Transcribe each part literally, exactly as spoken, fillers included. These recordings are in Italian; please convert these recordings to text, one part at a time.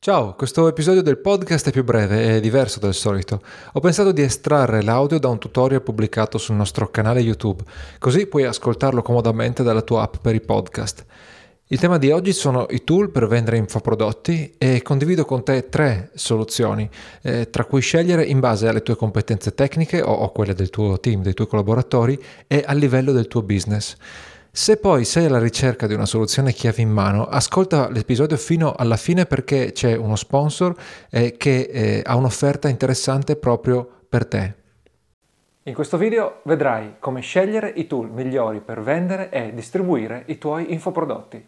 Ciao, questo episodio del podcast è più breve e diverso del solito. Ho pensato di estrarre l'audio da un tutorial pubblicato sul nostro canale YouTube, così puoi ascoltarlo comodamente dalla tua app per i podcast. Il tema di oggi sono i tool per vendere infoprodotti e condivido con te tre soluzioni, eh, tra cui scegliere in base alle tue competenze tecniche o, o quelle del tuo team, dei tuoi collaboratori e al livello del tuo business. Se poi sei alla ricerca di una soluzione chiave in mano, ascolta l'episodio fino alla fine perché c'è uno sponsor eh, che eh, ha un'offerta interessante proprio per te. In questo video vedrai come scegliere i tool migliori per vendere e distribuire i tuoi infoprodotti.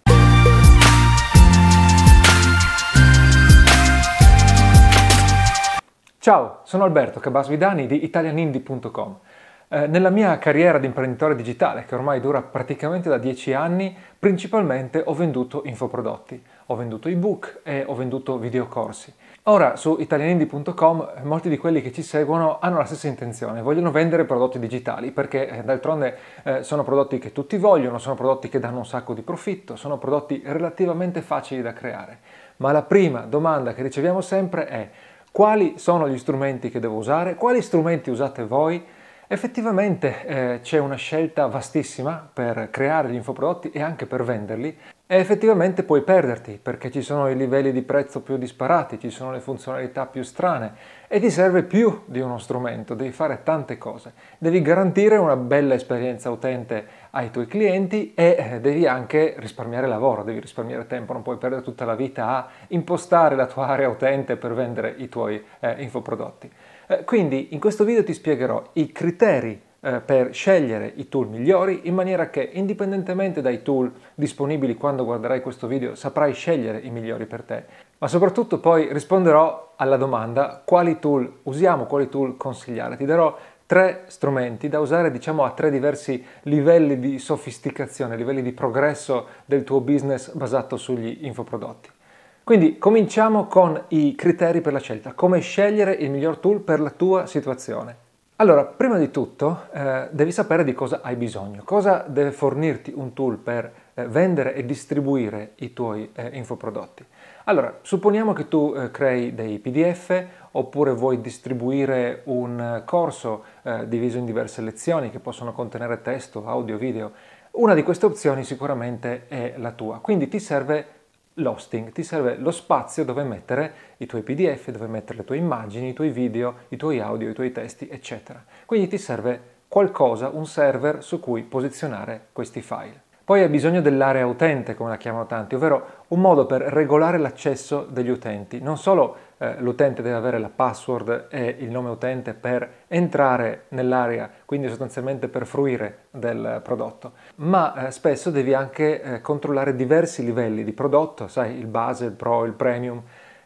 Ciao, sono Alberto Cabasvidani di italian indie punto com. Eh, nella mia carriera di imprenditore digitale, che ormai dura praticamente da dieci anni, principalmente ho venduto infoprodotti, ho venduto ebook e ho venduto videocorsi. Ora su italian indie punto com molti di quelli che ci seguono hanno la stessa intenzione, vogliono vendere prodotti digitali perché eh, d'altronde eh, sono prodotti che tutti vogliono, sono prodotti che danno un sacco di profitto, sono prodotti relativamente facili da creare. Ma la prima domanda che riceviamo sempre è: quali sono gli strumenti che devo usare? Quali strumenti usate voi? Effettivamente eh, c'è una scelta vastissima per creare gli infoprodotti e anche per venderli e effettivamente puoi perderti perché ci sono i livelli di prezzo più disparati, ci sono le funzionalità più strane e ti serve più di uno strumento, devi fare tante cose. Devi garantire una bella esperienza utente ai tuoi clienti e eh, devi anche risparmiare lavoro, devi risparmiare tempo, non puoi perdere tutta la vita a impostare la tua area utente per vendere i tuoi eh, infoprodotti. Eh, quindi in questo video ti spiegherò i criteri eh, per scegliere i tool migliori in maniera che indipendentemente dai tool disponibili quando guarderai questo video saprai scegliere i migliori per te, ma soprattutto poi risponderò alla domanda quali tool usiamo, quali tool consigliare. Ti darò tre strumenti da usare diciamo a tre diversi livelli di sofisticazione, livelli di progresso del tuo business basato sugli infoprodotti. Quindi cominciamo con i criteri per la scelta, come scegliere il miglior tool per la tua situazione. Allora, prima di tutto eh, devi sapere di cosa hai bisogno, cosa deve fornirti un tool per eh, vendere e distribuire i tuoi eh, infoprodotti. Allora, supponiamo che tu eh, crei dei P D F oppure vuoi distribuire un corso eh, diviso in diverse lezioni che possono contenere testo, audio, video. Una di queste opzioni sicuramente è la tua, quindi ti serve l'hosting, ti serve lo spazio dove mettere i tuoi P D F, dove mettere le tue immagini, i tuoi video, i tuoi audio, i tuoi testi, eccetera. Quindi ti serve qualcosa, un server su cui posizionare questi file. Poi hai bisogno dell'area utente, come la chiamano tanti, ovvero un modo per regolare l'accesso degli utenti. Non solo eh, l'utente deve avere la password e il nome utente per entrare nell'area, quindi sostanzialmente per fruire del prodotto, ma eh, spesso devi anche eh, controllare diversi livelli di prodotto, sai, il base, il pro, il premium,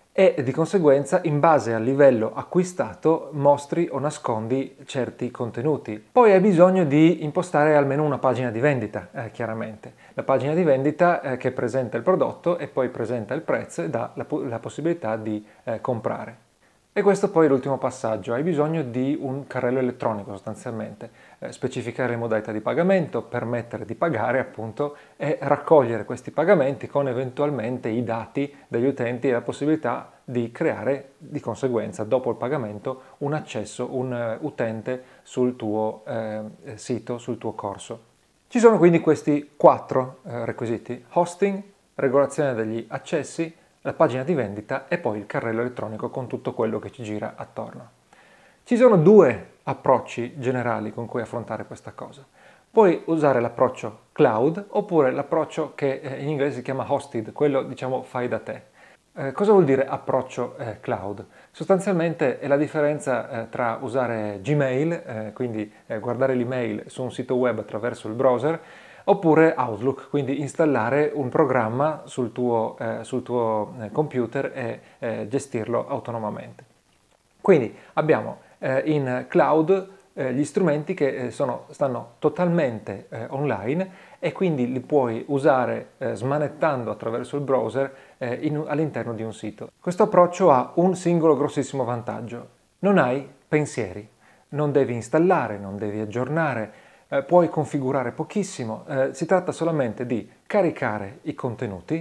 e di conseguenza in base al livello acquistato mostri o nascondi certi contenuti. Poi hai bisogno di impostare almeno una pagina di vendita, eh, chiaramente. La pagina di vendita eh, che presenta il prodotto e poi presenta il prezzo e dà la, la possibilità di eh, comprare. E questo poi è l'ultimo passaggio, hai bisogno di un carrello elettronico sostanzialmente, eh, specificare le modalità di pagamento, permettere di pagare appunto e raccogliere questi pagamenti con eventualmente i dati degli utenti e la possibilità di creare di conseguenza dopo il pagamento un accesso, un uh, utente sul tuo eh, sito, sul tuo corso. Ci sono quindi questi quattro eh, requisiti: hosting, regolazione degli accessi, la pagina di vendita e poi il carrello elettronico con tutto quello che ci gira attorno. Ci sono due approcci generali con cui affrontare questa cosa. Puoi usare l'approccio cloud oppure l'approccio che in inglese si chiama hosted, quello diciamo fai da te. Eh, cosa vuol dire approccio eh, cloud? Sostanzialmente è la differenza eh, tra usare Gmail, eh, quindi eh, guardare l'email su un sito web attraverso il browser, oppure Outlook, quindi installare un programma sul tuo, eh, sul tuo eh, computer e eh, gestirlo autonomamente. Quindi abbiamo eh, in cloud eh, gli strumenti che eh, sono, stanno totalmente eh, online e quindi li puoi usare eh, smanettando attraverso il browser eh, in, all'interno di un sito. Questo approccio ha un singolo grossissimo vantaggio: non hai pensieri, non devi installare, non devi aggiornare, eh, puoi configurare pochissimo, eh, si tratta solamente di caricare i contenuti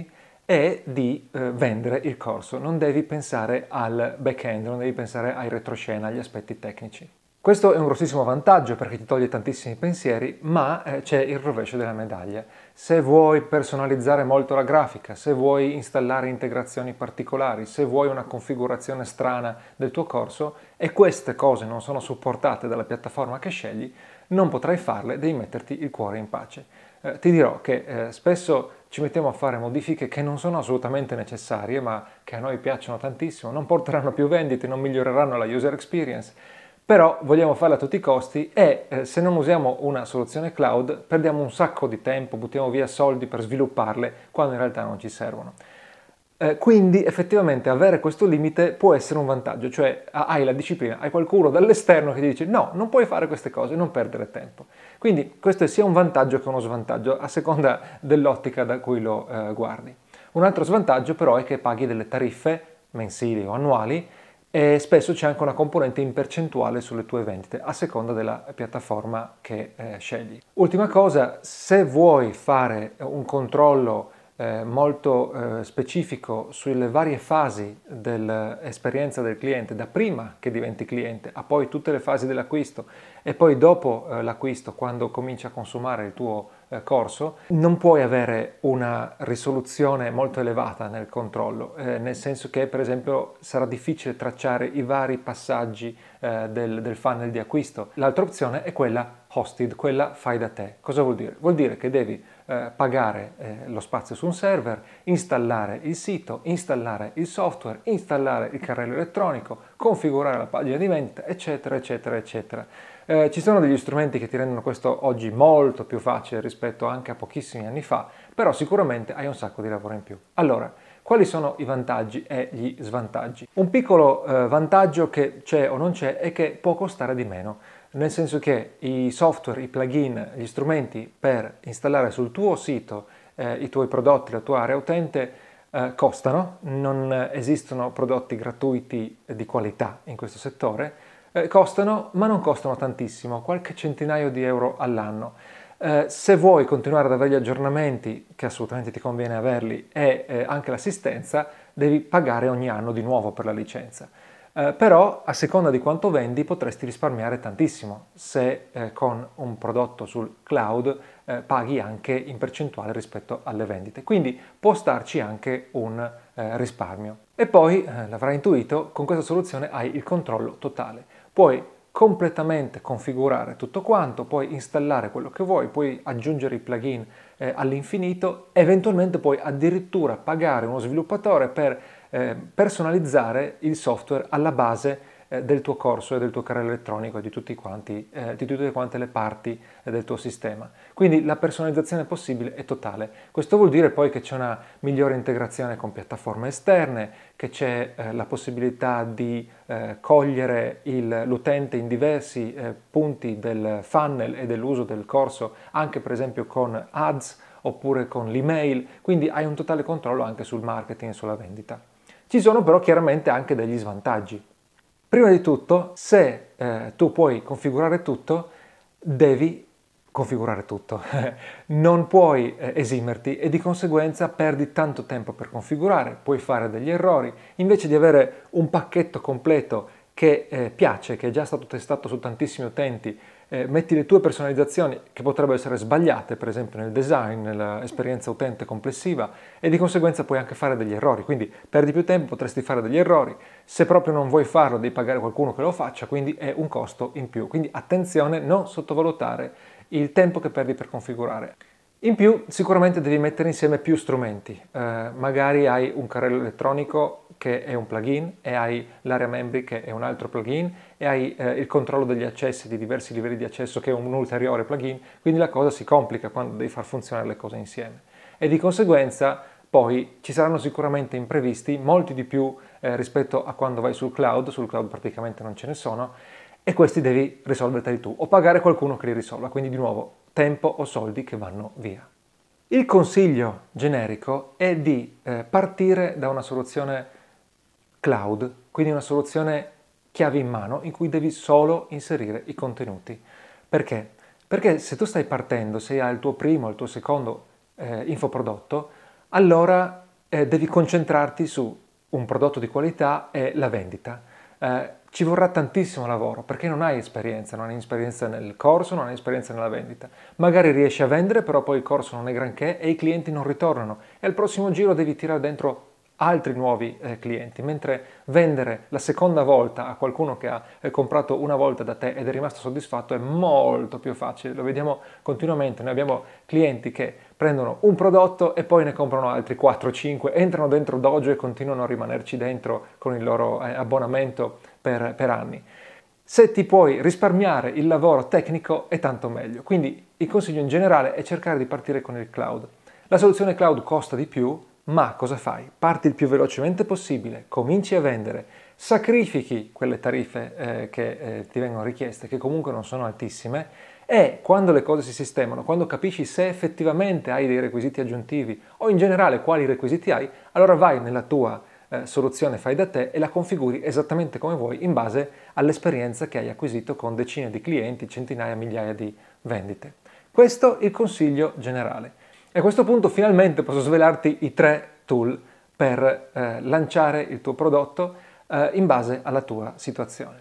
è di eh, vendere il corso, non devi pensare al back-end, non devi pensare ai retroscena, agli aspetti tecnici. Questo è un grossissimo vantaggio perché ti toglie tantissimi pensieri, ma eh, c'è il rovescio della medaglia. Se vuoi personalizzare molto la grafica, se vuoi installare integrazioni particolari, se vuoi una configurazione strana del tuo corso e queste cose non sono supportate dalla piattaforma che scegli, non potrai farle, devi metterti il cuore in pace. Eh, ti dirò che eh, spesso ci mettiamo a fare modifiche che non sono assolutamente necessarie, ma che a noi piacciono tantissimo, non porteranno più vendite, non miglioreranno la user experience, però vogliamo farle a tutti i costi e eh, se non usiamo una soluzione cloud perdiamo un sacco di tempo, buttiamo via soldi per svilupparle quando in realtà non ci servono. Eh, quindi effettivamente avere questo limite può essere un vantaggio, cioè hai la disciplina, hai qualcuno dall'esterno che ti dice no, non puoi fare queste cose, non perdere tempo. Quindi questo è sia un vantaggio che uno svantaggio a seconda dell'ottica da cui lo eh, guardi. Un altro svantaggio però è che paghi delle tariffe mensili o annuali e spesso c'è anche una componente in percentuale sulle tue vendite a seconda della piattaforma che eh, scegli. Ultima cosa, se vuoi fare un controllo Eh, molto eh, specifico sulle varie fasi dell'esperienza del cliente, da prima che diventi cliente a poi tutte le fasi dell'acquisto e poi dopo eh, l'acquisto, quando cominci a consumare il tuo eh, corso, non puoi avere una risoluzione molto elevata nel controllo, eh, nel senso che per esempio sarà difficile tracciare i vari passaggi eh, del, del funnel di acquisto. L'altra opzione è quella hosted, quella fai da te. Cosa vuol dire? Vuol dire che devi eh, pagare eh, lo spazio su un server, installare il sito, installare il software, installare il carrello elettronico, configurare la pagina di vendita, eccetera, eccetera, eccetera. Eh, ci sono degli strumenti che ti rendono questo oggi molto più facile rispetto anche a pochissimi anni fa, però sicuramente hai un sacco di lavoro in più. Allora, quali sono i vantaggi e gli svantaggi? Un piccolo eh, vantaggio che c'è o non c'è è che può costare di meno, nel senso che i software, i plugin, gli strumenti per installare sul tuo sito eh, i tuoi prodotti, la tua area utente eh, costano, non esistono prodotti gratuiti di qualità in questo settore, eh, costano ma non costano tantissimo, qualche centinaio di euro all'anno. Eh, se vuoi continuare ad avere gli aggiornamenti, che assolutamente ti conviene averli, e eh, anche l'assistenza, devi pagare ogni anno di nuovo per la licenza. Eh, però a seconda di quanto vendi potresti risparmiare tantissimo se eh, con un prodotto sul cloud eh, paghi anche in percentuale rispetto alle vendite. Quindi può starci anche un eh, risparmio. E poi, eh, l'avrai intuito, con questa soluzione hai il controllo totale. Puoi completamente configurare tutto quanto, puoi installare quello che vuoi, puoi aggiungere i plugin eh, all'infinito, eventualmente puoi addirittura pagare uno sviluppatore per eh, personalizzare il software alla base eh, del tuo corso e del tuo carrello elettronico e di, tutti quanti, eh, di tutte quante le parti eh, del tuo sistema. Quindi la personalizzazione possibile è totale. Questo vuol dire poi che c'è una migliore integrazione con piattaforme esterne, che c'è eh, la possibilità di eh, cogliere il, l'utente in diversi eh, punti del funnel e dell'uso del corso, anche per esempio con ads oppure con l'email, quindi hai un totale controllo anche sul marketing e sulla vendita. Ci sono però chiaramente anche degli svantaggi. Prima di tutto, se eh, tu puoi configurare tutto, devi configurare tutto. Non puoi eh, esimerti e di conseguenza perdi tanto tempo per configurare, puoi fare degli errori. Invece di avere un pacchetto completo che eh, piace, che è già stato testato su tantissimi utenti, eh, metti le tue personalizzazioni che potrebbero essere sbagliate, per esempio nel design, nell'esperienza utente complessiva, e di conseguenza puoi anche fare degli errori, quindi perdi più tempo, potresti fare degli errori. Se proprio non vuoi farlo, devi pagare qualcuno che lo faccia, quindi è un costo in più. Quindi attenzione, non sottovalutare il tempo che perdi per configurare. In più sicuramente devi mettere insieme più strumenti, eh, magari hai un carrello elettronico che è un plugin e hai l'area membri che è un altro plugin e hai eh, il controllo degli accessi di diversi livelli di accesso che è un ulteriore plugin, quindi la cosa si complica quando devi far funzionare le cose insieme e di conseguenza poi ci saranno sicuramente imprevisti, molti di più eh, rispetto a quando vai sul cloud, sul cloud praticamente non ce ne sono e questi devi risolverteli tu o pagare qualcuno che li risolva, quindi di nuovo tempo o soldi che vanno via. Il consiglio generico è di eh, partire da una soluzione cloud, quindi una soluzione chiave in mano in cui devi solo inserire i contenuti. Perché? Perché se tu stai partendo, se hai il tuo primo, il tuo secondo eh, infoprodotto, allora eh, devi concentrarti su un prodotto di qualità e la vendita. Eh, ci vorrà tantissimo lavoro perché non hai esperienza, non hai esperienza nel corso, non hai esperienza nella vendita. Magari riesci a vendere, però poi il corso non è granché e i clienti non ritornano e al prossimo giro devi tirare dentro altri nuovi eh, clienti, mentre vendere la seconda volta a qualcuno che ha eh, comprato una volta da te ed è rimasto soddisfatto è molto più facile. Lo vediamo continuamente, noi abbiamo clienti che prendono un prodotto e poi ne comprano altri quattro cinque, entrano dentro Dojo e continuano a rimanerci dentro con il loro eh, abbonamento per, per anni. Se ti puoi risparmiare il lavoro tecnico è tanto meglio, quindi il consiglio in generale è cercare di partire con il cloud. La soluzione cloud costa di più, ma cosa fai? Parti il più velocemente possibile, cominci a vendere, sacrifichi quelle tariffe eh, che eh, ti vengono richieste, che comunque non sono altissime, e quando le cose si sistemano, quando capisci se effettivamente hai dei requisiti aggiuntivi o in generale quali requisiti hai, allora vai nella tua eh, soluzione fai da te e la configuri esattamente come vuoi in base all'esperienza che hai acquisito con decine di clienti, centinaia, migliaia di vendite. Questo è il consiglio generale. E a questo punto finalmente posso svelarti i tre tool per eh, lanciare il tuo prodotto eh, in base alla tua situazione.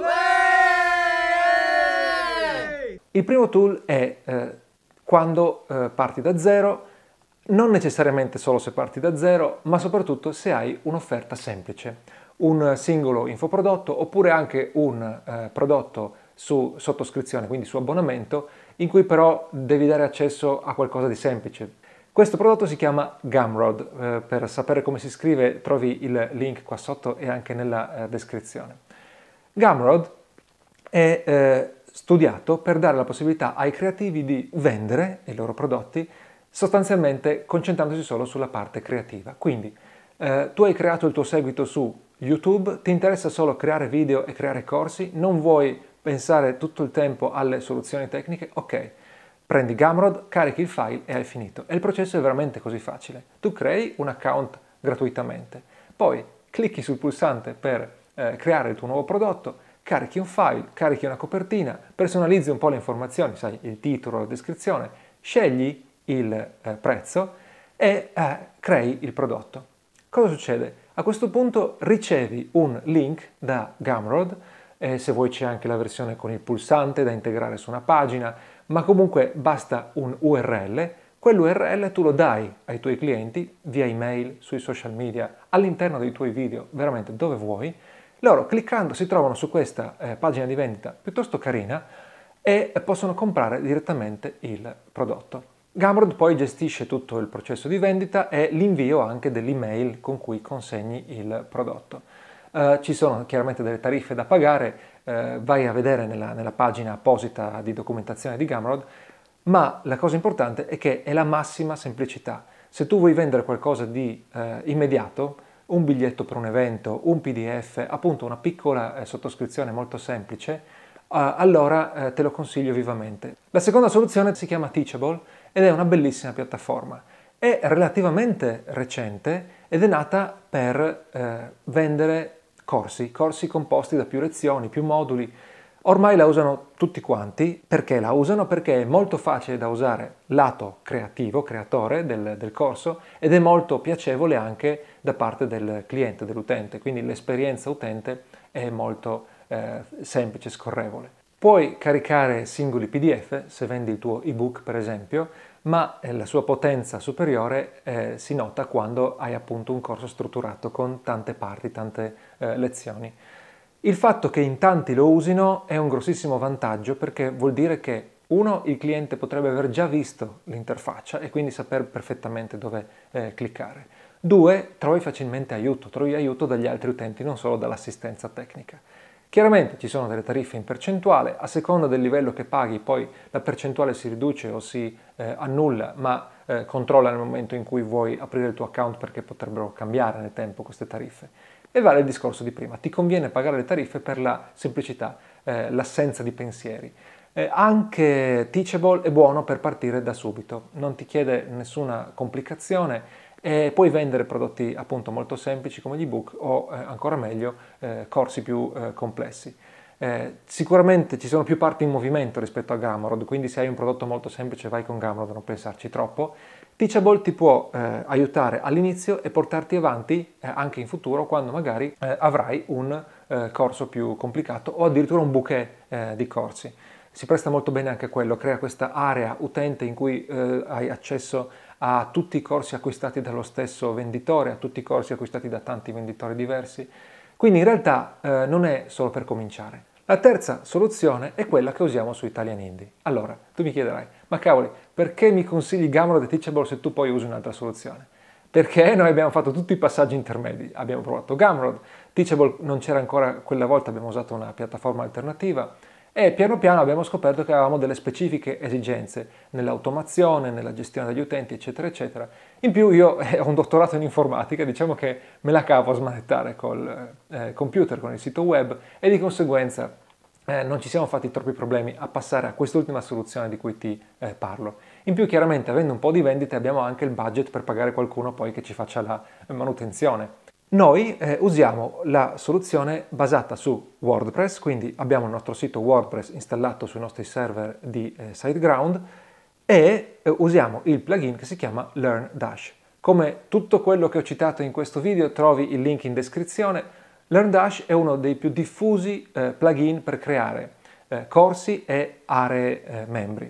Il primo tool è eh, quando eh, parti da zero, non necessariamente solo se parti da zero, ma soprattutto se hai un'offerta semplice, un singolo infoprodotto oppure anche un eh, prodotto su sottoscrizione, quindi su abbonamento, in cui però devi dare accesso a qualcosa di semplice. Questo prodotto si chiama Gumroad, eh, per sapere come si scrive trovi il link qua sotto e anche nella eh, descrizione. Gumroad è eh, studiato per dare la possibilità ai creativi di vendere i loro prodotti sostanzialmente concentrandosi solo sulla parte creativa. Quindi eh, tu hai creato il tuo seguito su YouTube, ti interessa solo creare video e creare corsi, non vuoi pensare tutto il tempo alle soluzioni tecniche, ok, prendi Gumroad, carichi il file e hai finito. E il processo è veramente così facile. Tu crei un account gratuitamente, poi clicchi sul pulsante per eh, creare il tuo nuovo prodotto, carichi un file, carichi una copertina, personalizzi un po' le informazioni, sai, il titolo, la descrizione, scegli il eh, prezzo e eh, crei il prodotto. Cosa succede? A questo punto ricevi un link da Gumroad, e se vuoi c'è anche la versione con il pulsante da integrare su una pagina, ma comunque basta un U R L, quell'U R L tu lo dai ai tuoi clienti via email, sui social media, all'interno dei tuoi video, veramente dove vuoi. Loro cliccando si trovano su questa eh, pagina di vendita piuttosto carina e possono comprare direttamente il prodotto. Gumroad poi gestisce tutto il processo di vendita e l'invio anche dell'email con cui consegni il prodotto. Uh, ci sono chiaramente delle tariffe da pagare, uh, vai a vedere nella, nella pagina apposita di documentazione di Gumroad, ma la cosa importante è che è la massima semplicità. Se tu vuoi vendere qualcosa di uh, immediato, un biglietto per un evento, un P D F, appunto una piccola eh, sottoscrizione molto semplice, uh, allora uh, te lo consiglio vivamente. La seconda soluzione si chiama Teachable ed è una bellissima piattaforma. È relativamente recente ed è nata per eh, vendere corsi, corsi composti da più lezioni, più moduli. Ormai la usano tutti quanti. Perché la usano? Perché è molto facile da usare lato creativo, creatore del, del corso, ed è molto piacevole anche da parte del cliente, dell'utente, quindi l'esperienza utente è molto eh, semplice, scorrevole. Puoi caricare singoli P D F se vendi il tuo ebook per esempio, ma eh, la sua potenza superiore eh, si nota quando hai appunto un corso strutturato con tante parti, tante eh, lezioni. Il fatto che in tanti lo usino è un grossissimo vantaggio perché vuol dire che uno, il cliente potrebbe aver già visto l'interfaccia e quindi sapere perfettamente dove eh, cliccare. Due, trovi facilmente aiuto, trovi aiuto dagli altri utenti, non solo dall'assistenza tecnica. Chiaramente ci sono delle tariffe in percentuale, a seconda del livello che paghi poi la percentuale si riduce o si eh, annulla, ma eh, controlla nel momento in cui vuoi aprire il tuo account perché potrebbero cambiare nel tempo queste tariffe. E vale il discorso di prima, ti conviene pagare le tariffe per la semplicità, eh, l'assenza di pensieri. Eh, anche Teachable è buono per partire da subito, non ti chiede nessuna complicazione e puoi vendere prodotti appunto molto semplici come gli ebook o eh, ancora meglio eh, corsi più eh, complessi. Eh, sicuramente ci sono più parti in movimento rispetto a Gumroad, quindi se hai un prodotto molto semplice vai con Gumroad, non pensarci troppo. Teachable ti può eh, aiutare all'inizio e portarti avanti eh, anche in futuro quando magari eh, avrai un eh, corso più complicato o addirittura un bouquet eh, di corsi. Si presta molto bene anche quello, crea questa area utente in cui eh, hai accesso a tutti i corsi acquistati dallo stesso venditore, a tutti i corsi acquistati da tanti venditori diversi. Quindi in realtà eh, non è solo per cominciare. La terza soluzione è quella che usiamo su Italian Indie. Allora, tu mi chiederai, ma cavoli, perché mi consigli Gumroad e Teachable se tu poi usi un'altra soluzione? Perché noi abbiamo fatto tutti i passaggi intermedi. Abbiamo provato Gumroad, Teachable non c'era ancora quella volta, abbiamo usato una piattaforma alternativa e piano piano abbiamo scoperto che avevamo delle specifiche esigenze nell'automazione, nella gestione degli utenti, eccetera, eccetera. In più io eh, ho un dottorato in informatica, diciamo che me la cavo a smanettare col eh, computer, con il sito web e di conseguenza eh, non ci siamo fatti troppi problemi a passare a quest'ultima soluzione di cui ti eh, parlo. In più chiaramente avendo un po' di vendite abbiamo anche il budget per pagare qualcuno poi che ci faccia la manutenzione. Noi eh, usiamo la soluzione basata su WordPress, quindi abbiamo il nostro sito WordPress installato sui nostri server di eh, SiteGround e eh, usiamo il plugin che si chiama LearnDash. Come tutto quello che ho citato in questo video trovi il link in descrizione. LearnDash è uno dei più diffusi eh, plugin per creare eh, corsi e aree eh, membri.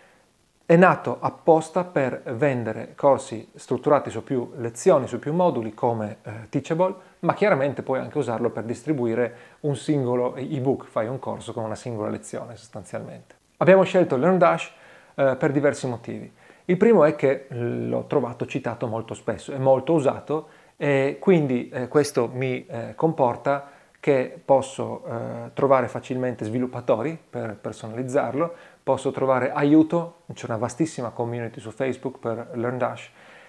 È nato apposta per vendere corsi strutturati su più lezioni, su più moduli come eh, Teachable, ma chiaramente puoi anche usarlo per distribuire un singolo ebook, fai un corso con una singola lezione sostanzialmente. Abbiamo scelto LearnDash eh, per diversi motivi. Il primo è che l'ho trovato citato molto spesso, è molto usato e quindi eh, questo mi eh, comporta che posso eh, trovare facilmente sviluppatori per personalizzarlo, posso trovare aiuto, c'è una vastissima community su Facebook per LearnDash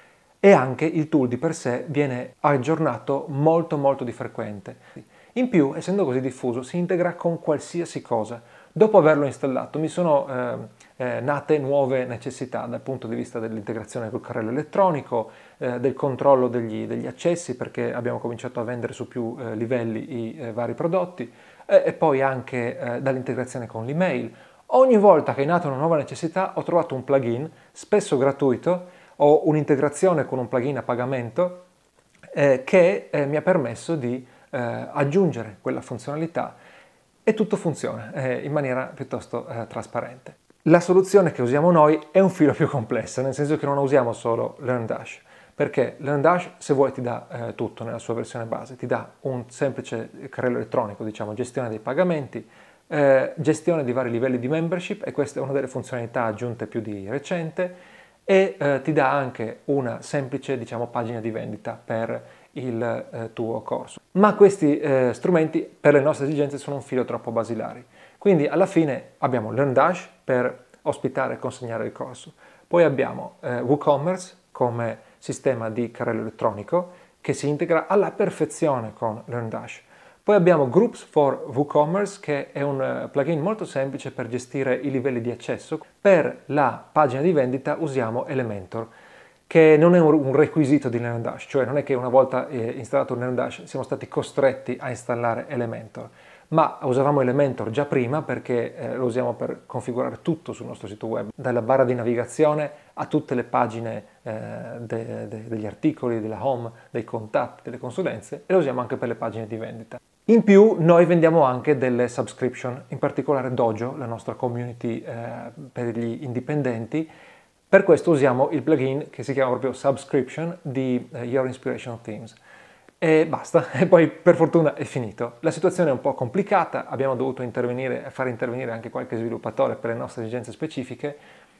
e anche il tool di per sé viene aggiornato molto molto di frequente. In più, essendo così diffuso, si integra con qualsiasi cosa. Dopo averlo installato mi sono eh, eh, nate nuove necessità dal punto di vista dell'integrazione col carrello elettronico, eh, del controllo degli, degli accessi perché abbiamo cominciato a vendere su più eh, livelli i eh, vari prodotti eh, e poi anche eh, dall'integrazione con l'email. Ogni volta che è nata una nuova necessità ho trovato un plugin, spesso gratuito, o un'integrazione con un plugin a pagamento eh, che eh, mi ha permesso di eh, aggiungere quella funzionalità e tutto funziona eh, in maniera piuttosto eh, trasparente. La soluzione che usiamo noi è un filo più complessa, nel senso che non usiamo solo LearnDash, perché LearnDash, se vuoi, ti dà eh, tutto nella sua versione base, ti dà un semplice carrello elettronico, diciamo, gestione dei pagamenti, eh, gestione di vari livelli di membership, e questa è una delle funzionalità aggiunte più di recente, e eh, ti dà anche una semplice, diciamo, pagina di vendita per il eh, tuo corso. Ma questi eh, strumenti per le nostre esigenze sono un filo troppo basilari. Quindi alla fine abbiamo LearnDash per ospitare e consegnare il corso. Poi abbiamo eh, WooCommerce come sistema di carrello elettronico che si integra alla perfezione con LearnDash. Poi abbiamo Groups for WooCommerce, che è un plugin molto semplice per gestire i livelli di accesso. Per la pagina di vendita usiamo Elementor, che non è un requisito di LearnDash, cioè non è che una volta installato LearnDash siamo stati costretti a installare Elementor, ma usavamo Elementor già prima perché eh, lo usiamo per configurare tutto sul nostro sito web, dalla barra di navigazione a tutte le pagine eh, de, de, degli articoli, della home, dei contatti, delle consulenze, e lo usiamo anche per le pagine di vendita. In più noi vendiamo anche delle subscription, in particolare Dojo, la nostra community eh, per gli indipendenti. Per questo usiamo il plugin che si chiama proprio Subscription di uh, Your Inspirational Themes. E basta, e poi per fortuna è finito. La situazione è un po' complicata, abbiamo dovuto intervenire e fare intervenire anche qualche sviluppatore per le nostre esigenze specifiche.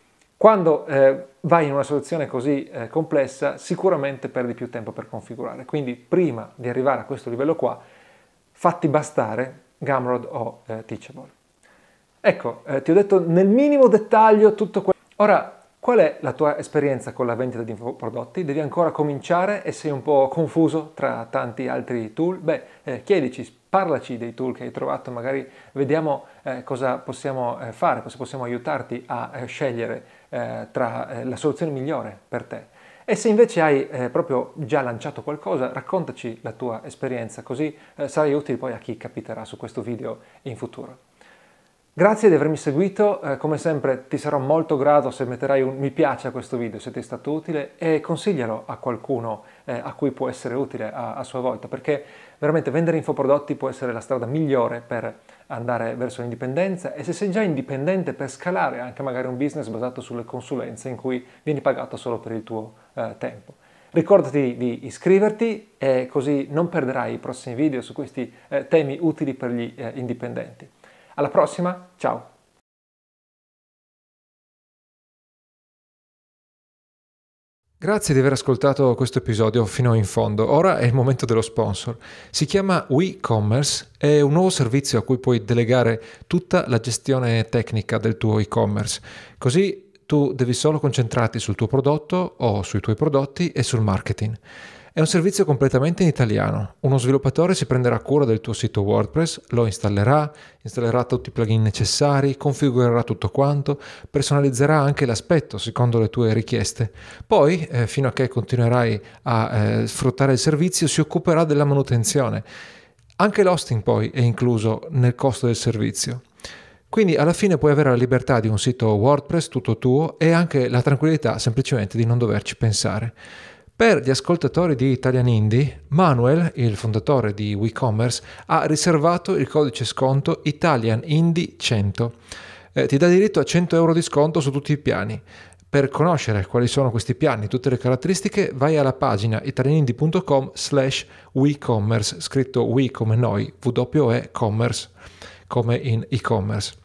Quando eh, vai in una soluzione così eh, complessa, sicuramente perdi più tempo per configurare. Quindi prima di arrivare a questo livello qua, fatti bastare Gumroad o eh, Teachable. Ecco, eh, ti ho detto nel minimo dettaglio tutto quello. Ora, qual è la tua esperienza con la vendita di infoprodotti? Devi ancora cominciare e sei un po' confuso tra tanti altri tool? Beh, eh, chiedici, parlaci dei tool che hai trovato, magari vediamo eh, cosa possiamo eh, fare, cosa possiamo aiutarti a eh, scegliere eh, tra eh, la soluzione migliore per te. E se invece hai eh, proprio già lanciato qualcosa, raccontaci la tua esperienza, così eh, sarai utile poi a chi capiterà su questo video in futuro. Grazie di avermi seguito, eh, come sempre ti sarò molto grato se metterai un mi piace a questo video se ti è stato utile e consiglialo a qualcuno eh, a cui può essere utile a, a sua volta, perché veramente vendere infoprodotti può essere la strada migliore per andare verso l'indipendenza e se sei già indipendente per scalare anche magari un business basato sulle consulenze in cui vieni pagato solo per il tuo eh, tempo. Ricordati di iscriverti e così non perderai i prossimi video su questi eh, temi utili per gli eh, indipendenti. Alla prossima, ciao! Grazie di aver ascoltato questo episodio fino in fondo. Ora è il momento dello sponsor. Si chiama WeCommerce, è un nuovo servizio a cui puoi delegare tutta la gestione tecnica del tuo e-commerce. Così tu devi solo concentrarti sul tuo prodotto o sui tuoi prodotti e sul marketing. È un servizio completamente in italiano. Uno sviluppatore si prenderà cura del tuo sito WordPress, lo installerà, installerà tutti i plugin necessari, configurerà tutto quanto, personalizzerà anche l'aspetto secondo le tue richieste. Poi, eh, fino a che continuerai a eh, sfruttare il servizio, si occuperà della manutenzione. Anche l'hosting poi è incluso nel costo del servizio. Quindi alla fine puoi avere la libertà di un sito WordPress tutto tuo e anche la tranquillità semplicemente di non doverci pensare. Per gli ascoltatori di Italian Indie, Manuel, il fondatore di WeCommerce, ha riservato il codice sconto Italian Indie cento. Eh, ti dà diritto a cento euro di sconto su tutti i piani. Per conoscere quali sono questi piani, tutte le caratteristiche, vai alla pagina italianindie.com slash WeCommerce, scritto We come noi, W-E commerce, come in e-commerce.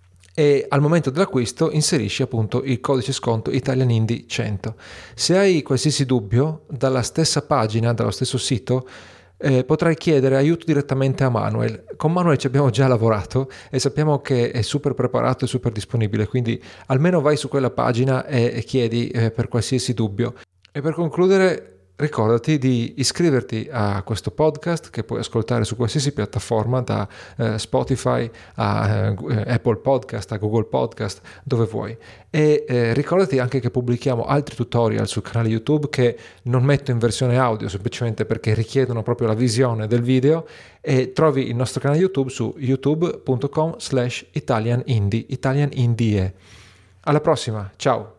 E al momento dell'acquisto inserisci appunto il codice sconto Italian Indie cento. Se hai qualsiasi dubbio, dalla stessa pagina, dallo stesso sito, eh, potrai chiedere aiuto direttamente a Manuel. Con Manuel ci abbiamo già lavorato e sappiamo che è super preparato e super disponibile, quindi almeno vai su quella pagina e, e chiedi eh, per qualsiasi dubbio. E per concludere, ricordati di iscriverti a questo podcast che puoi ascoltare su qualsiasi piattaforma, da eh, Spotify a eh, Apple Podcast, a Google Podcast, dove vuoi. E eh, ricordati anche che pubblichiamo altri tutorial sul canale YouTube che non metto in versione audio semplicemente perché richiedono proprio la visione del video, e trovi il nostro canale YouTube su youtube punto com slash Italian Indie, Italian Indie. Alla prossima, ciao!